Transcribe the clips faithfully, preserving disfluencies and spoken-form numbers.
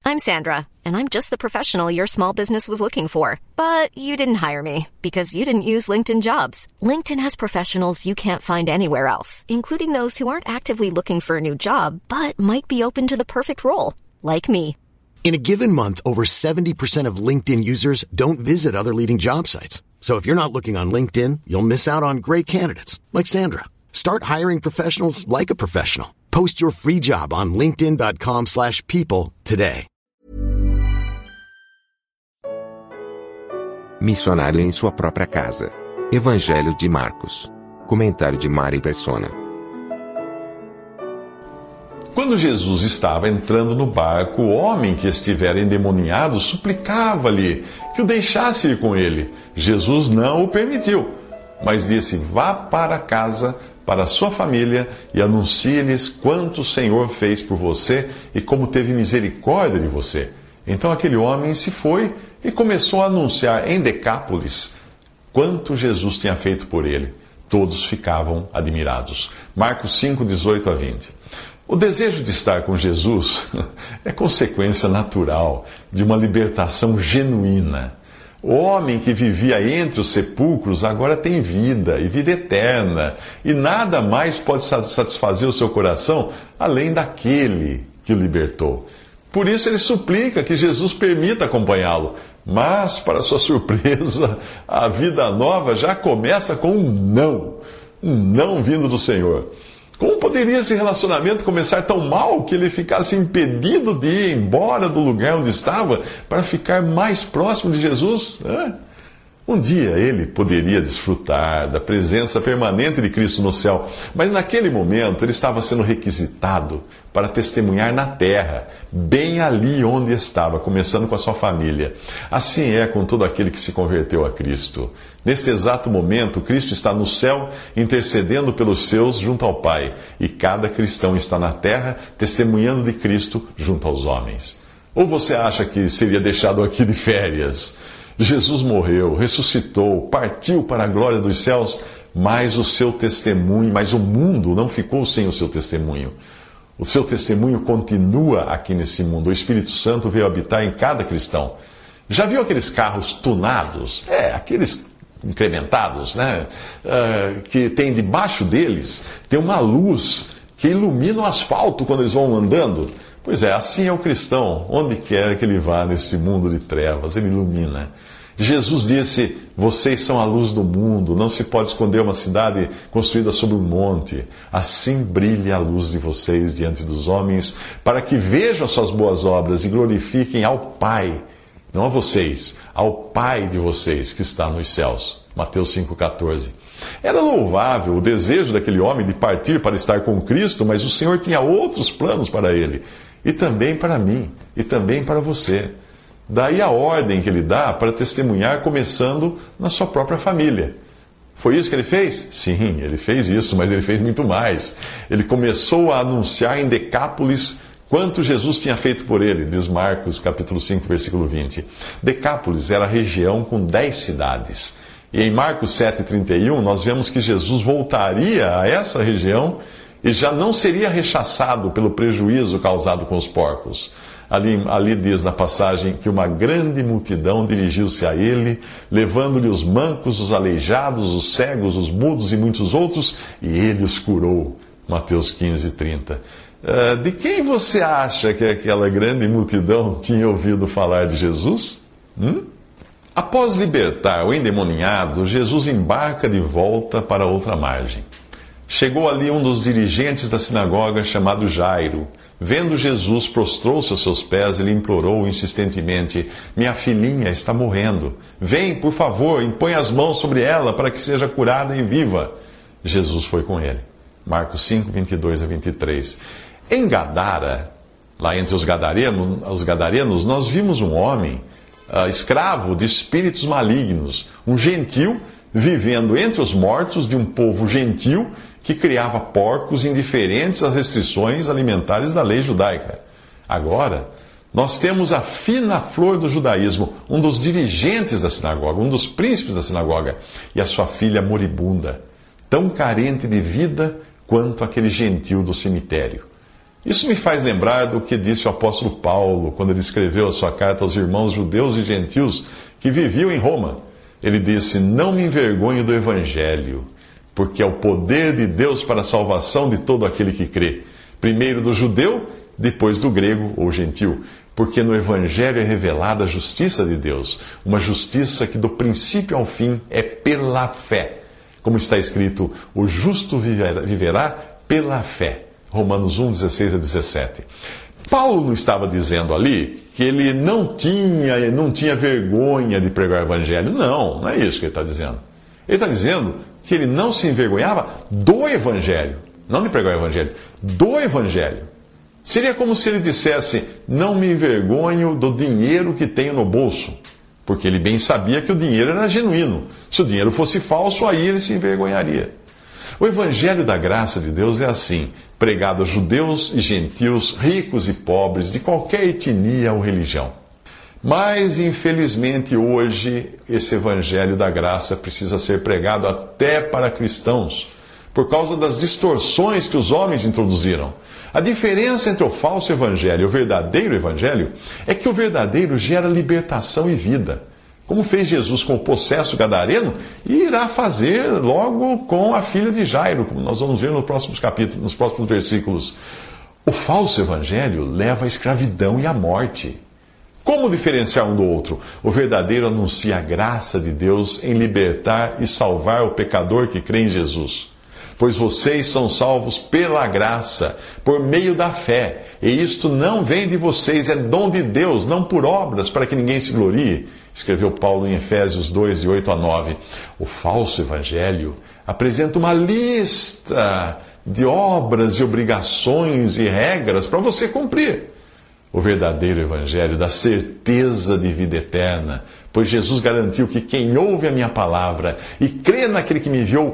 I'm Sandra, and I'm just the professional your small business was looking for. But you didn't hire me because you didn't use LinkedIn Jobs. LinkedIn has professionals you can't find anywhere else, including those who aren't actively looking for a new job, but might be open to the perfect role, like me. In a given month, over seventy percent of LinkedIn users don't visit other leading job sites. So if you're not looking on LinkedIn, you'll miss out on great candidates, like Sandra. Start hiring professionals like a professional. Post your free job on linkedin dot com slash people today. Missionário em sua própria casa. Evangelho de Marcos. Comentário de Mari Persona. Quando Jesus estava entrando no barco, o homem que estivera endemoniado suplicava-lhe que o deixasse ir com ele. Jesus não o permitiu, mas disse: vá para casa, para a sua família, e anuncie-lhes quanto o Senhor fez por você e como teve misericórdia de você. Então aquele homem se foi e começou a anunciar em Decápolis quanto Jesus tinha feito por ele. Todos ficavam admirados. Marcos cinco, dezoito a vinte. O desejo de estar com Jesus é consequência natural de uma libertação genuína. O homem que vivia entre os sepulcros agora tem vida e vida eterna, e nada mais pode satisfazer o seu coração além daquele que o libertou. Por isso ele suplica que Jesus permita acompanhá-lo. Mas, para sua surpresa, a vida nova já começa com um não. Um não vindo do Senhor. Como poderia esse relacionamento começar tão mal que ele ficasse impedido de ir embora do lugar onde estava para ficar mais próximo de Jesus? Hã? Um dia ele poderia desfrutar da presença permanente de Cristo no céu, mas naquele momento ele estava sendo requisitado para testemunhar na terra, bem ali onde estava, começando com a sua família. Assim é com todo aquele que se converteu a Cristo. Neste exato momento, Cristo está no céu, intercedendo pelos seus junto ao Pai, e cada cristão está na terra, testemunhando de Cristo junto aos homens. Ou você acha que seria deixado aqui de férias? Jesus morreu, ressuscitou, partiu para a glória dos céus, mas o seu testemunho, mas o mundo não ficou sem o seu testemunho. O seu testemunho continua aqui nesse mundo. O Espírito Santo veio habitar em cada cristão. Já viu aqueles carros tunados? É, aqueles incrementados, né? Uh, que tem debaixo deles, tem uma luz que ilumina o asfalto quando eles vão andando. Pois é, assim é o cristão, onde quer que ele vá nesse mundo de trevas, ele ilumina. Jesus disse: vocês são a luz do mundo, não se pode esconder uma cidade construída sobre um monte. Assim brilhe a luz de vocês diante dos homens, para que vejam as suas boas obras e glorifiquem ao Pai, não a vocês, ao Pai de vocês que está nos céus. Mateus cinco, catorze. Era louvável o desejo daquele homem de partir para estar com Cristo, mas o Senhor tinha outros planos para ele, e também para mim, e também para você. Daí a ordem que ele dá para testemunhar, começando na sua própria família. Foi isso que ele fez? Sim, ele fez isso, mas ele fez muito mais. Ele começou a anunciar em Decápolis quanto Jesus tinha feito por ele, diz Marcos capítulo cinco, versículo vinte. Decápolis era a região com dez cidades. E em Marcos sete, trinta e um, nós vemos que Jesus voltaria a essa região e já não seria rechaçado pelo prejuízo causado com os porcos. Ali, ali diz na passagem que uma grande multidão dirigiu-se a ele, levando-lhe os mancos, os aleijados, os cegos, os mudos e muitos outros, e ele os curou. Mateus quinze, trinta. Uh, de quem você acha que aquela grande multidão tinha ouvido falar de Jesus? Hum? Após libertar o endemoniado, Jesus embarca de volta para outra margem. Chegou ali um dos dirigentes da sinagoga chamado Jairo. Vendo Jesus, prostrou-se aos seus pés e lhe implorou insistentemente: minha filhinha está morrendo. Vem, por favor, impõe as mãos sobre ela para que seja curada e viva. Jesus foi com ele. Marcos cinco, vinte e dois a vinte e três. Em Gadara, lá entre os gadarenos, os gadarenos nós vimos um homem, uh, escravo de espíritos malignos, um gentil vivendo entre os mortos de um povo gentil que criava porcos indiferentes às restrições alimentares da lei judaica. Agora, nós temos a fina flor do judaísmo, um dos dirigentes da sinagoga, um dos príncipes da sinagoga, e a sua filha moribunda, tão carente de vida quanto aquele gentil do cemitério. Isso me faz lembrar do que disse o apóstolo Paulo, quando ele escreveu a sua carta aos irmãos judeus e gentios que viviam em Roma. Ele disse: não me envergonho do Evangelho, porque é o poder de Deus para a salvação de todo aquele que crê. Primeiro do judeu, depois do grego ou gentil. Porque no Evangelho é revelada a justiça de Deus, uma justiça que do princípio ao fim é pela fé. Como está escrito, o justo viverá pela fé. Romanos um, dezesseis a dezessete. Paulo não estava dizendo ali que ele não tinha, não tinha vergonha de pregar o Evangelho. Não, não é isso que ele está dizendo. Ele está dizendo que ele não se envergonhava do Evangelho. Não de pregar o Evangelho, do Evangelho. Seria como se ele dissesse: não me envergonho do dinheiro que tenho no bolso. Porque ele bem sabia que o dinheiro era genuíno. Se o dinheiro fosse falso, aí ele se envergonharia. O Evangelho da graça de Deus é assim, pregado a judeus e gentios, ricos e pobres, de qualquer etnia ou religião. Mas, infelizmente, hoje, esse Evangelho da graça precisa ser pregado até para cristãos, por causa das distorções que os homens introduziram. A diferença entre o falso evangelho e o verdadeiro evangelho é que o verdadeiro gera libertação e vida, como fez Jesus com o possesso gadareno e irá fazer logo com a filha de Jairo, como nós vamos ver nos próximos capítulos, nos próximos versículos. O falso evangelho leva à escravidão e à morte. Como diferenciar um do outro? O verdadeiro anuncia a graça de Deus em libertar e salvar o pecador que crê em Jesus. Pois vocês são salvos pela graça, por meio da fé. E isto não vem de vocês, é dom de Deus, não por obras, para que ninguém se glorie. Escreveu Paulo em Efésios dois, de oito a nove. O falso evangelho apresenta uma lista de obras e obrigações e regras para você cumprir. O verdadeiro evangelho dá certeza de vida eterna, pois Jesus garantiu que quem ouve a minha palavra e crê naquele que me enviou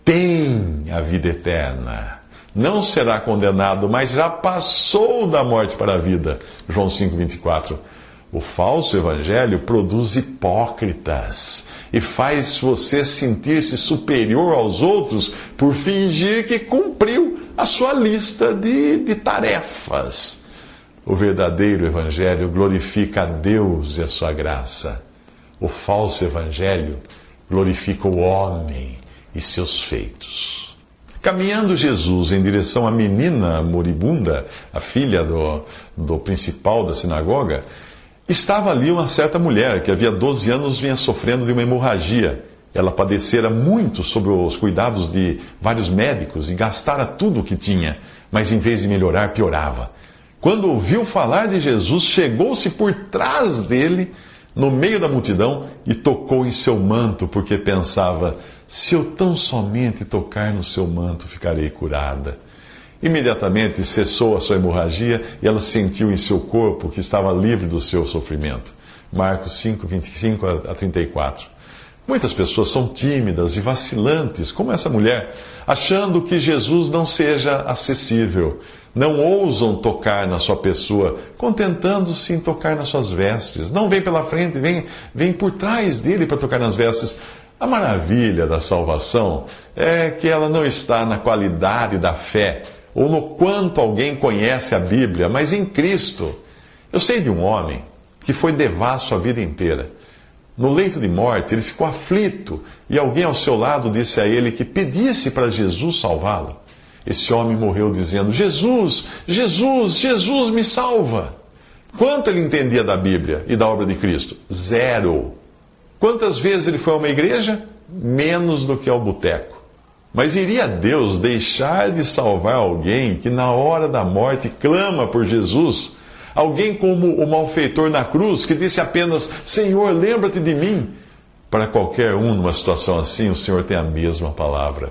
tem a vida eterna. Não será condenado, mas já passou da morte para a vida. João cinco, vinte e quatro. O falso evangelho produz hipócritas e faz você sentir-se superior aos outros por fingir que cumpriu a sua lista de, de tarefas. O verdadeiro evangelho glorifica a Deus e a sua graça. O falso evangelho glorifica o homem e seus feitos. Caminhando Jesus em direção à menina moribunda, a filha do, do principal da sinagoga, estava ali uma certa mulher que havia doze anos vinha sofrendo de uma hemorragia. Ela padecera muito sob os cuidados de vários médicos e gastara tudo o que tinha, mas em vez de melhorar, piorava. Quando ouviu falar de Jesus, chegou-se por trás dele, no meio da multidão, e tocou em seu manto, porque pensava: se eu tão somente tocar no seu manto, ficarei curada. Imediatamente cessou a sua hemorragia e ela sentiu em seu corpo que estava livre do seu sofrimento. Marcos cinco, vinte e cinco a trinta e quatro. Muitas pessoas são tímidas e vacilantes, como essa mulher, achando que Jesus não seja acessível. Não ousam tocar na sua pessoa, contentando-se em tocar nas suas vestes. Não vem pela frente, vem, vem por trás dele para tocar nas vestes. A maravilha da salvação é que ela não está na qualidade da fé, ou no quanto alguém conhece a Bíblia, mas em Cristo. Eu sei de um homem que foi devasso a vida inteira. No leito de morte, ele ficou aflito, e alguém ao seu lado disse a ele que pedisse para Jesus salvá-lo. Esse homem morreu dizendo: Jesus, Jesus, Jesus me salva. Quanto ele entendia da Bíblia e da obra de Cristo? Zero. Quantas vezes ele foi a uma igreja? Menos do que ao boteco. Mas iria Deus deixar de salvar alguém que na hora da morte clama por Jesus? Alguém como o malfeitor na cruz, que disse apenas: Senhor, lembra-te de mim. Para qualquer um numa situação assim, o Senhor tem a mesma palavra.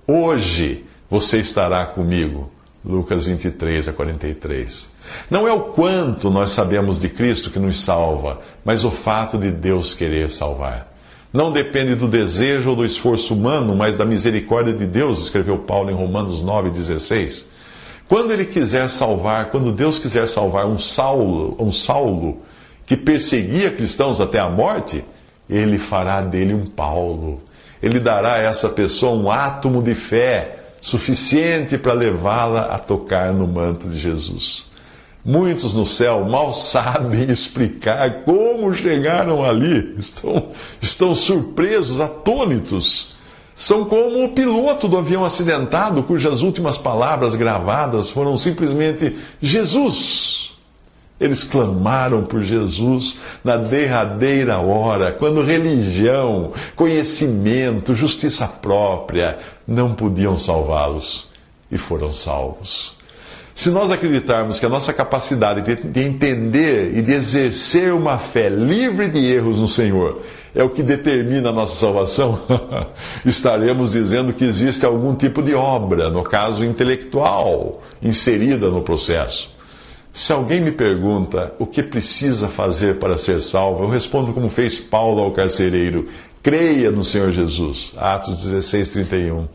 Hoje você estará comigo. Lucas vinte e três a quarenta e três. Não é o quanto nós sabemos de Cristo que nos salva, mas o fato de Deus querer salvar. Não depende do desejo ou do esforço humano, mas da misericórdia de Deus, escreveu Paulo em Romanos nove, dezesseis. Quando ele quiser salvar, quando Deus quiser salvar um Saulo, um Saulo que perseguia cristãos até a morte, ele fará dele um Paulo. Ele dará a essa pessoa um átomo de fé suficiente para levá-la a tocar no manto de Jesus. Muitos no céu mal sabem explicar como chegaram ali, estão, estão surpresos, atônitos. São como o piloto do avião acidentado, cujas últimas palavras gravadas foram simplesmente Jesus. Eles clamaram por Jesus na derradeira hora, quando religião, conhecimento, justiça própria não podiam salvá-los, e foram salvos. Se nós acreditarmos que a nossa capacidade de, de entender e de exercer uma fé livre de erros no Senhor é o que determina a nossa salvação, estaremos dizendo que existe algum tipo de obra, no caso intelectual, inserida no processo. Se alguém me pergunta o que precisa fazer para ser salvo, eu respondo como fez Paulo ao carcereiro: creia no Senhor Jesus. Atos dezesseis, trinta e um.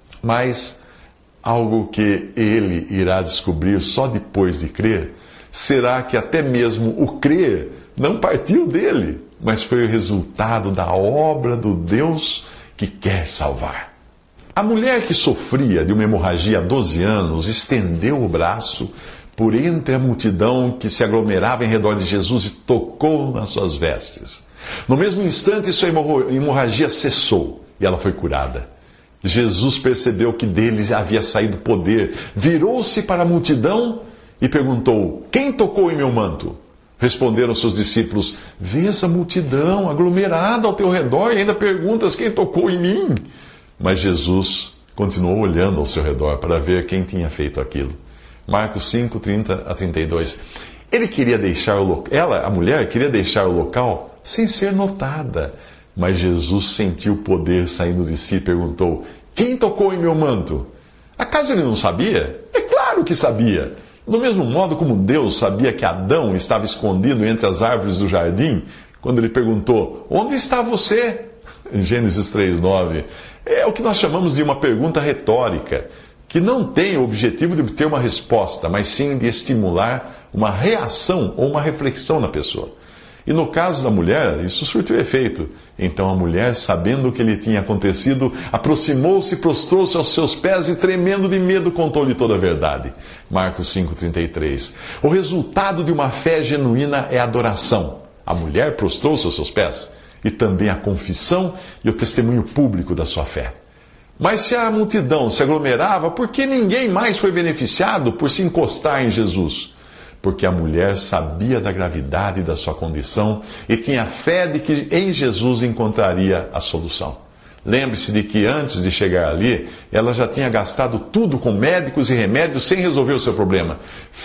Mas algo que ele irá descobrir só depois de crer, será que até mesmo o crer não partiu dele, mas foi o resultado da obra do Deus que quer salvar. A mulher que sofria de uma hemorragia há doze anos estendeu o braço por entre a multidão que se aglomerava em redor de Jesus e tocou nas suas vestes. No mesmo instante, sua hemorragia cessou e ela foi curada. Jesus percebeu que dele havia saído poder, virou-se para a multidão e perguntou: quem tocou em meu manto? Responderam seus discípulos: vê essa multidão aglomerada ao teu redor e ainda perguntas quem tocou em mim? Mas Jesus continuou olhando ao seu redor para ver quem tinha feito aquilo. Marcos cinco, trinta a trinta e dois. Ele queria deixar o local, ela, a mulher, queria deixar o local sem ser notada. Mas Jesus sentiu o poder saindo de si e perguntou: quem tocou em meu manto? Acaso ele não sabia? É claro que sabia. Do mesmo modo como Deus sabia que Adão estava escondido entre as árvores do jardim, quando ele perguntou: onde está você? Em Gênesis três, nove. É o que nós chamamos de uma pergunta retórica, que não tem o objetivo de ter uma resposta, mas sim de estimular uma reação ou uma reflexão na pessoa. E no caso da mulher, isso surtiu efeito. Então a mulher, sabendo o que lhe tinha acontecido, aproximou-se, prostrou-se aos seus pés e, tremendo de medo, contou-lhe toda a verdade. Marcos cinco, trinta e três. O resultado de uma fé genuína é a adoração. A mulher prostrou-se aos seus pés. E também a confissão e o testemunho público da sua fé. Mas se a multidão se aglomerava, por que ninguém mais foi beneficiado por se encostar em Jesus? Porque a mulher sabia da gravidade da sua condição e tinha fé de que em Jesus encontraria a solução. Lembre-se de que antes de chegar ali, ela já tinha gastado tudo com médicos e remédios sem resolver o seu problema.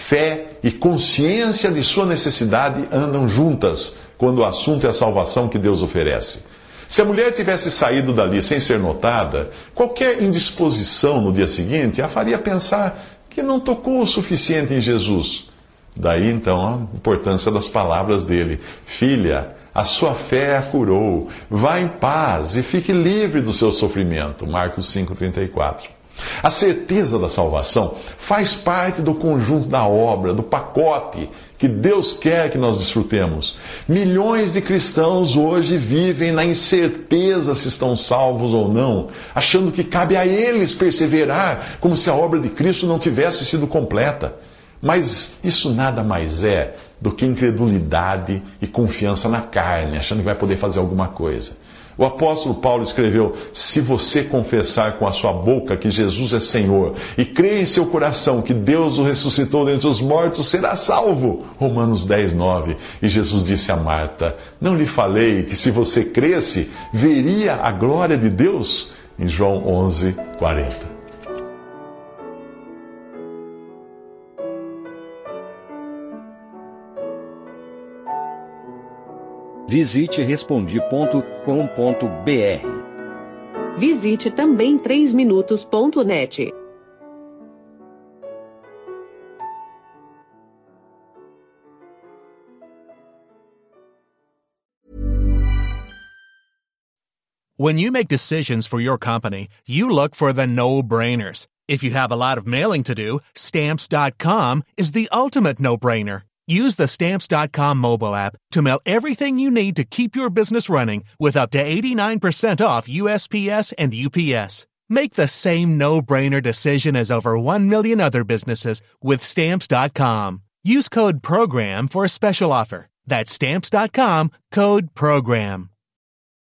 Fé e consciência de sua necessidade andam juntas quando o assunto é a salvação que Deus oferece. Se a mulher tivesse saído dali sem ser notada, qualquer indisposição no dia seguinte a faria pensar que não tocou o suficiente em Jesus. Daí então a importância das palavras dele: filha, a sua fé a curou, vá em paz e fique livre do seu sofrimento. Marcos cinco, trinta e quatro. A certeza da salvação faz parte do conjunto da obra, do pacote que Deus quer que nós desfrutemos. Milhões de cristãos hoje vivem na incerteza se estão salvos ou não, achando que cabe a eles perseverar, como se a obra de Cristo não tivesse sido completa. Mas isso nada mais é do que incredulidade e confiança na carne, achando que vai poder fazer alguma coisa. O apóstolo Paulo escreveu: se você confessar com a sua boca que Jesus é Senhor e crer em seu coração que Deus o ressuscitou dentre os mortos, será salvo. Romanos dez, nove. E Jesus disse a Marta: não lhe falei que se você cresce, veria a glória de Deus? Em João onze, quarenta. Visite respondi ponto com ponto br. Visite também três minutos ponto net. When you make decisions for your company, you look for the no-brainers. If you have a lot of mailing to do, Stamps dot com is the ultimate no-brainer. Use the Stamps dot com mobile app to mail everything you need to keep your business running with up to eighty-nine percent off U S P S and U P S. Make the same no-brainer decision as over one million other businesses with Stamps dot com. Use code PROGRAM for a special offer. That's Stamps dot com, code PROGRAM.